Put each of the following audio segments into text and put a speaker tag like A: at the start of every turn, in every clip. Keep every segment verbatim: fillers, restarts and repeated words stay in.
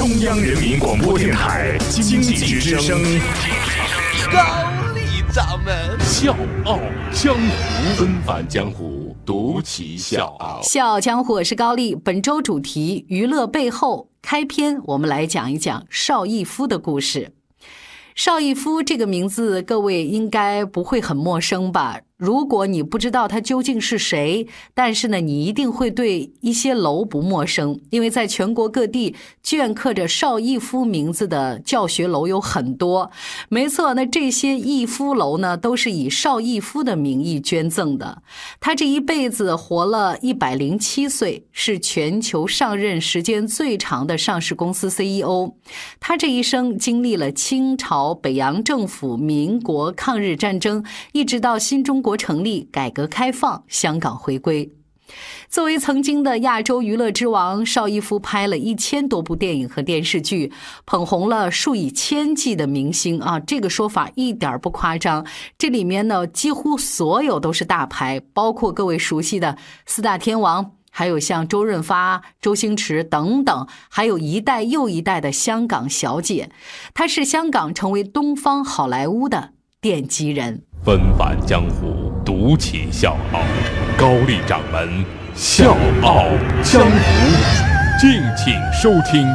A: 中央人民广播电台经济之声，
B: 高丽掌门
A: 笑傲江湖，纷繁江湖，独骑笑傲。
C: 笑傲江湖，我是高丽。本周主题娱乐背后，开篇我们来讲一讲邵逸夫的故事。邵逸夫这个名字各位应该不会很陌生吧？如果你不知道他究竟是谁，但是呢，你一定会对一些楼不陌生，因为在全国各地镌刻着邵逸夫名字的教学楼有很多。没错，那这些逸夫楼呢，都是以邵逸夫的名义捐赠的。他这一辈子活了一百零七岁，是全球上任时间最长的上市公司 C E O。他这一生经历了清朝、北洋政府、民国、抗日战争，一直到新中国成立、改革开放、香港回归。作为曾经的亚洲娱乐之王，邵逸夫拍了一千多部电影和电视剧，捧红了数以千计的明星啊！这个说法一点不夸张。这里面呢，几乎所有都是大牌，包括各位熟悉的四大天王，还有像周润发、周星驰等等，还有一代又一代的香港小姐。她是香港成为东方好莱坞的奠基人。
A: 纷繁江湖，独骑笑傲，高丽掌门笑傲江湖，敬请收听。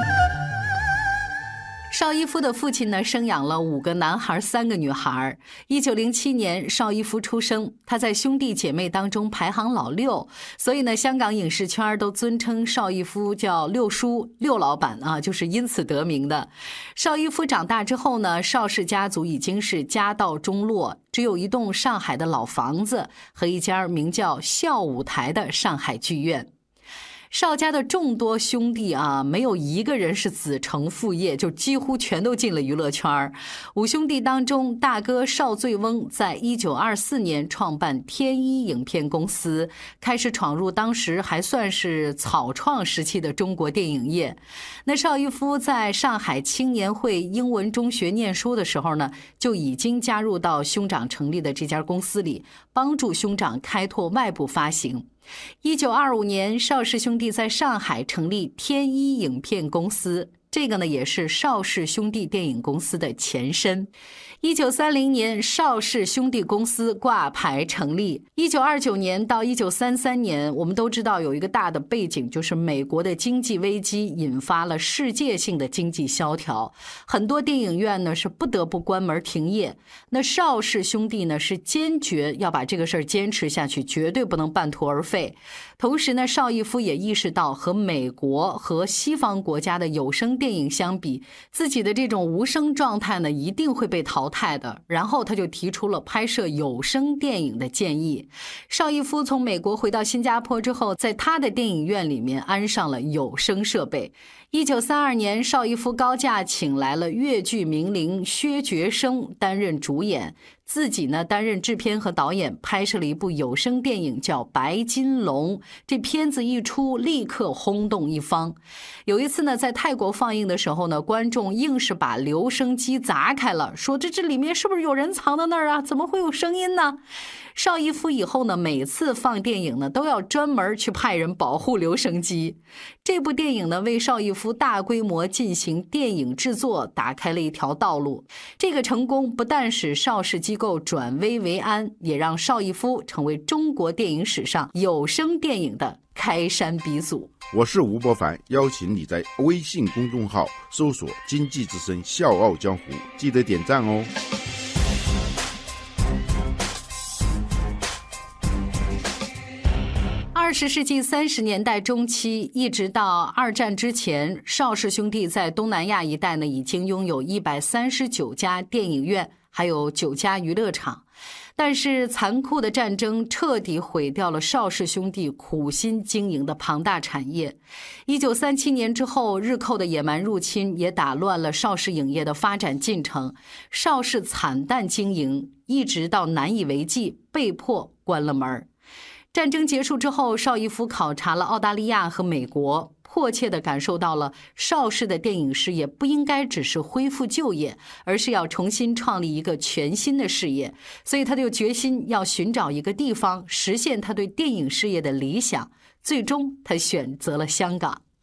C: 邵逸夫的父亲呢，生养了五个男孩三个女孩。一九零七年邵逸夫出生，他在兄弟姐妹当中排行老六，所以呢，香港影视圈都尊称邵逸夫叫六叔、六老板啊，就是因此得名的。邵逸夫长大之后呢，邵氏家族已经是家道中落，只有一栋上海的老房子和一家名叫笑舞台的上海剧院。邵家的众多兄弟啊，没有一个人是子承父业，就几乎全都进了娱乐圈。五兄弟当中，大哥邵醉翁在一九二四年创办天一影片公司，开始闯入当时还算是草创时期的中国电影业。那邵逸夫在上海青年会英文中学念书的时候呢，就已经加入到兄长成立的这家公司里，帮助兄长开拓外部发行。一九二五年，邵氏兄弟在上海成立天一影片公司，这个呢也是邵氏兄弟电影公司的前身。一九三零年，邵氏兄弟公司挂牌成立。一九二九年到一九三三年，我们都知道有一个大的背景，就是美国的经济危机引发了世界性的经济萧条，很多电影院呢是不得不关门停业。那邵氏兄弟呢是坚决要把这个事儿坚持下去，绝对不能半途而废。同时呢，邵逸夫也意识到和美国和西方国家的有声电影相比，自己的这种无声状态呢一定会被淘汰的，然后他就提出了拍摄有声电影的建议。邵逸夫从美国回到新加坡之后，在他的电影院里面安上了有声设备。一九三二年，邵逸夫高价请来了粤剧名伶薛觉生担任主演，自己呢担任制片和导演，拍摄了一部有声电影叫《白金龙》。这片子一出，立刻轰动一方。有一次呢，在泰国放映的时候呢，观众硬是把留声机砸开了，说这这里面是不是有人藏在那儿啊？怎么会有声音呢？邵逸夫以后呢，每次放电影呢，都要专门去派人保护留声机。这部电影呢，为邵逸夫大规模进行电影制作打开了一条道路。这个成功不但使邵氏机构转危为安，也让邵逸夫成为中国电影史上有声电影的开山鼻祖。
D: 我是吴伯凡，邀请你在微信公众号搜索经济之声笑傲江湖，记得点赞哦。
C: 二十世纪三十年代中期，一直到二战之前，邵氏兄弟在东南亚一带呢，已经拥有一百三十九家电影院，还有九家娱乐场。但是残酷的战争彻底毁掉了邵氏兄弟苦心经营的庞大产业。一九三七年之后，日寇的野蛮入侵也打乱了邵氏影业的发展进程，邵氏惨淡经营，一直到难以为继，被迫关了门。战争结束之后，邵逸夫考察了澳大利亚和美国，迫切地感受到了邵氏的电影事业不应该只是恢复旧业，而是要重新创立一个全新的事业。所以他就决心要寻找一个地方实现他对电影事业的理想，最终他选择了香港。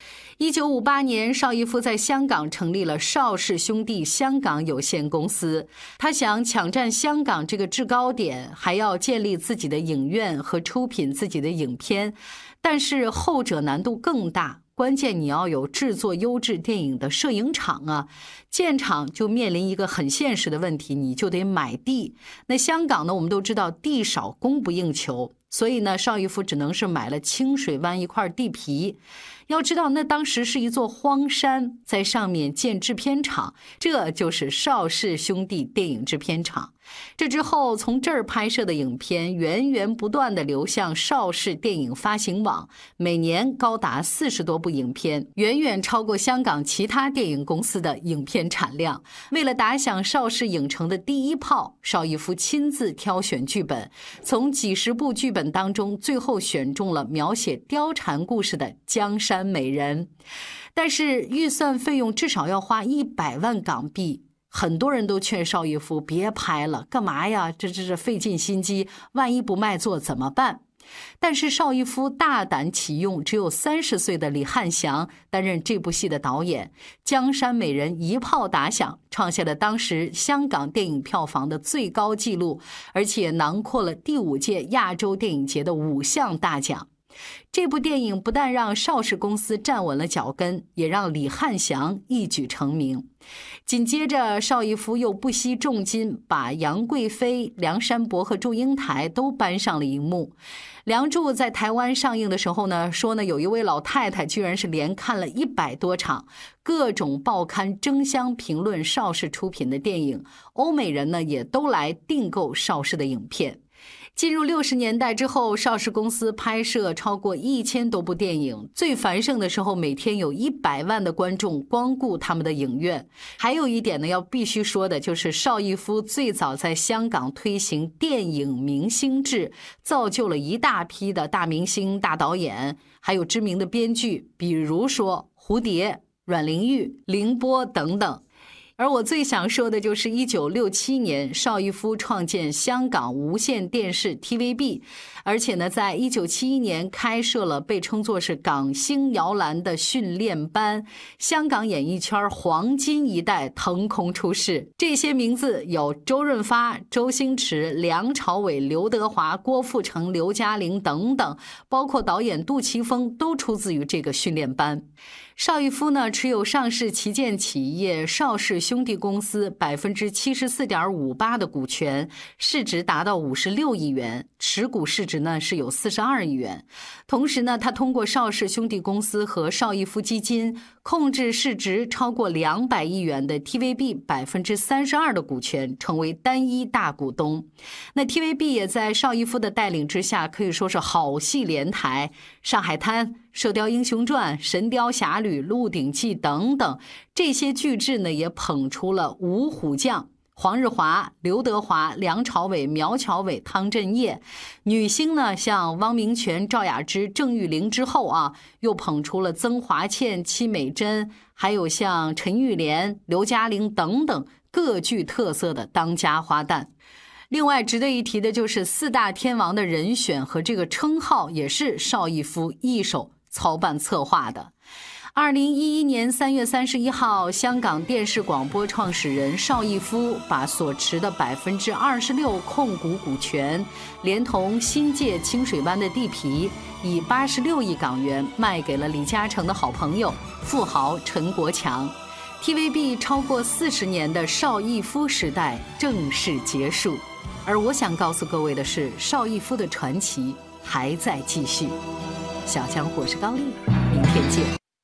C: 一九五八年，邵逸夫在香港成立了邵氏兄弟香港有限公司。他想抢占香港这个制高点，还要建立自己的影院和出品自己的影片，但是后者难度更大。关键你要有制作优质电影的摄影厂啊，建厂就面临一个很现实的问题，你就得买地。那香港呢，我们都知道地少供不应求，所以呢，邵逸夫只能是买了清水湾一块地皮。要知道，那当时是一座荒山，在上面建制片厂，这就是邵氏兄弟电影制片厂。这之后，从这儿拍摄的影片源源不断地流向邵氏电影发行网，每年高达四十多部影片，远远超过香港其他电影公司的影片产量。为了打响邵氏影城的第一炮，邵逸夫亲自挑选剧本，从几十部剧本当中，最后选中了描写貂蝉故事的《江山美人》，但是预算费用至少要花一百万港币。很多人都劝邵逸夫别拍了，干嘛呀？这这这费尽心机，万一不卖座怎么办？但是邵逸夫大胆启用只有三十岁的李翰祥担任这部戏的导演，《江山美人》一炮打响，创下了当时香港电影票房的最高纪录，而且囊括了第五届亚洲电影节的五项大奖。这部电影不但让邵氏公司站稳了脚跟，也让李翰祥一举成名。紧接着，邵逸夫又不惜重金把杨贵妃、梁山伯和祝英台都搬上了荧幕。梁祝在台湾上映的时候呢，说呢有一位老太太居然是连看了一百多场，各种报刊争相评论邵氏出品的电影，欧美人呢也都来订购邵氏的影片。进入六十年代之后，邵氏公司拍摄超过一千多部电影，最繁盛的时候每天有一百万的观众光顾他们的影院。还有一点呢，要必须说的就是邵逸夫最早在香港推行电影明星制，造就了一大批的大明星、大导演，还有知名的编剧，比如说蝴蝶、阮玲玉、凌波等等。而我最想说的就是一九六七年，邵逸夫创建香港无线电视 T V B， 而且呢，在一九七一年开设了被称作是港星摇篮的训练班，香港演艺圈黄金一代腾空出世。这些名字有周润发、周星驰、梁朝伟、刘德华、郭富城、刘嘉玲等等，包括导演杜琪峰都出自于这个训练班。邵逸夫呢，持有上市旗舰企业邵氏兄弟公司百分之七十四点五八的股权，市值达到五十六亿元，持股市值呢是有四十二亿元。同时呢，他通过邵氏兄弟公司和邵逸夫基金控制市值超过两百亿元的 T V B 百分之三十二的股权，成为单一大股东。那 T V B 也在邵逸夫的带领之下，可以说是好戏连台，上海滩、射雕英雄传、神雕侠侣、鹿鼎记等等，这些巨制呢也捧出了五虎将黄日华、刘德华、梁朝伟、苗侨伟、汤镇业。女星呢像汪明荃、赵雅芝、郑裕玲之后啊，又捧出了曾华倩、戚美珍，还有像陈玉莲、刘嘉玲等等各具特色的当家花旦。另外值得一提的就是四大天王的人选和这个称号也是邵逸夫一手操办策划的。二零一一年三月三十一号，香港电视广播创始人邵逸夫把所持的百分之二十六控股股权，连同新界清水湾的地皮，以八十六亿港元卖给了李嘉诚的好朋友富豪陈国强。T V B 超过四十年的邵逸夫时代正式结束，而我想告诉各位的是，邵逸夫的传奇还在继续。小江，我是高丽，明天见。